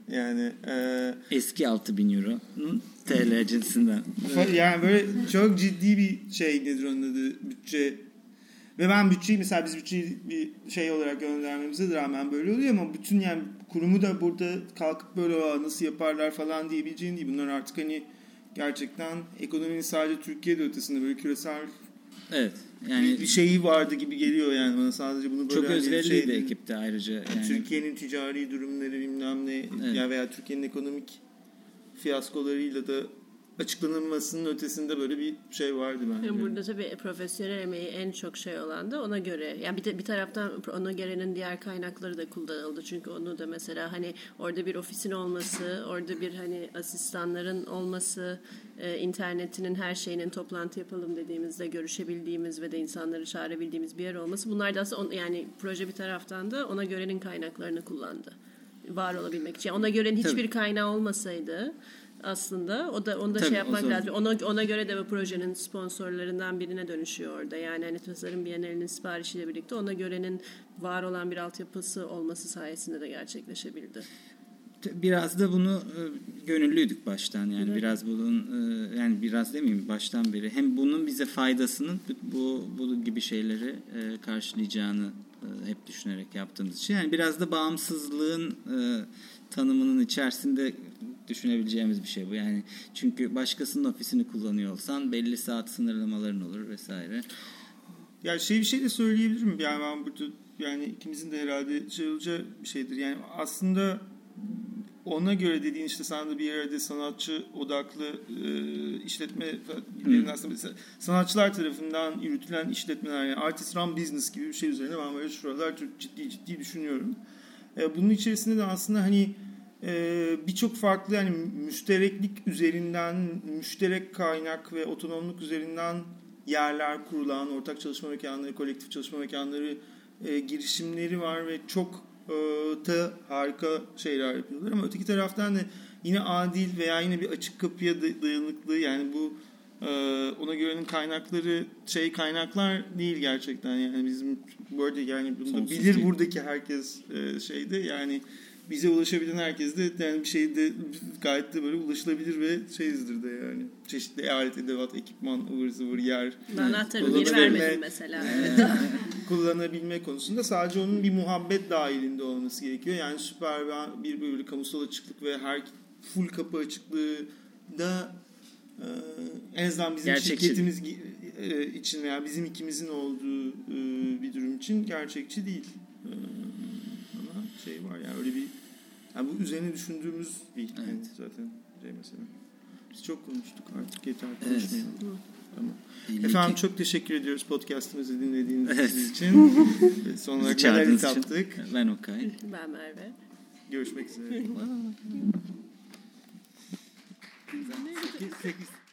Yani eski 6.000 Euro'nun TL cinsinden. yani böyle çok ciddi bir şey, nedir onun adı, bütçe. Ve ben bütçeyi, mesela biz bütçeyi bir şey olarak göndermemize de rağmen böyle oluyor ama bütün yani kurumu da burada kalkıp böyle nasıl yaparlar falan diyebileceğin değil. Bunlar artık hani gerçekten ekonominin sadece Türkiye'de ötesinde böyle küresel Evet. Yani bir şeyi vardı gibi geliyor yani bana, sadece bunu böyle çok hani özverili bir ekipti ayrıca. Yani Türkiye'nin ticari durumları bilmem ne, Evet. ya veya Türkiye'nin ekonomik fiyaskolarıyla da açıklanılmasının ötesinde böyle bir şey vardı bence. Yani burada tabii profesyonel emeği en çok şey olan da ona göre. Yani bir taraftan ona göre'nin diğer kaynakları da kullanıldı. Çünkü onu da mesela hani orada bir ofisin olması, orada bir hani asistanların olması, internetinin, her şeyinin, toplantı yapalım dediğimizde görüşebildiğimiz ve de insanları çağırabildiğimiz bir yer olması. Bunlar da aslında yani proje bir taraftan da ona göre'nin kaynaklarını kullandı. Var olabilmek için. Yani ona göre'nin hiçbir kaynağı olmasaydı aslında onu da Tabii, şey yapmak o lazım. Ona göre de bu projenin sponsorlarından birine dönüşüyor orada. Yani hani Tasarım Bienalinin siparişiyle birlikte ona göre'nin var olan bir altyapısı olması sayesinde de gerçekleşebildi. biraz da bunu gönüllüydük baştan, yani Evet. biraz bunun yani biraz demeyeyim, baştan beri hem bunun bize faydasının bu gibi şeyleri karşılayacağını hep düşünerek yaptığımız için, yani biraz da bağımsızlığın tanımının içerisinde düşünebileceğimiz bir şey bu. Yani çünkü başkasının ofisini kullanıyor olsan belli saat sınırlamaların olur vesaire. Ya bir şey de söyleyebilirim. Yani ben burada, yani ikimizin de herhalde şey olacağı bir şeydir. Yani aslında ona göre dediğin, işte sana da bir yerde sanatçı odaklı işletme aslında mesela sanatçılar tarafından yürütülen işletmeler, yani artist run business gibi bir şey üzerine ben böyle şuralar çok ciddi düşünüyorum. Bunun içerisinde de aslında hani birçok farklı yani müştereklik üzerinden, müşterek kaynak ve otonomluk üzerinden yerler kurulan, ortak çalışma mekanları, kolektif çalışma mekanları girişimleri var ve çok da harika şeyler yapıyorlar. Ama öteki taraftan da yine adil veya yine bir açık kapıya dayanıklı, yani bu ona göre'nin kaynakları kaynaklar değil gerçekten. Yani bizim bu arada yani bunu da bilir buradaki herkes şeyde, yani bize ulaşabilen herkes de yani bir şeyde gayet de böyle ulaşılabilir ve şeyizdir de, yani çeşitli alet, edevat, ekipman, ıvır zıvır, yer. Ben anahtarımı geri vermedim mesela. Kullanabilme konusunda sadece onun bir muhabbet dahilinde olması gerekiyor. Yani süper bir böyle kamusal açıklık ve her full kapı açıklığı da en azından bizim şirketimiz için veya bizim ikimizin olduğu bir durum için gerçekçi değil. Ama şey var yani, öyle bir, yani bu üzerine düşündüğümüz bir yani zaten mesela. Biz çok konuştuk, artık yeter konuşmayalım. Evet. Tamam. Efendim çok teşekkür ediyoruz podcast'ımızı dinlediğiniz için. Son olarak neler yaptık? Ben Okay. Ben Merve. Görüşmek üzere.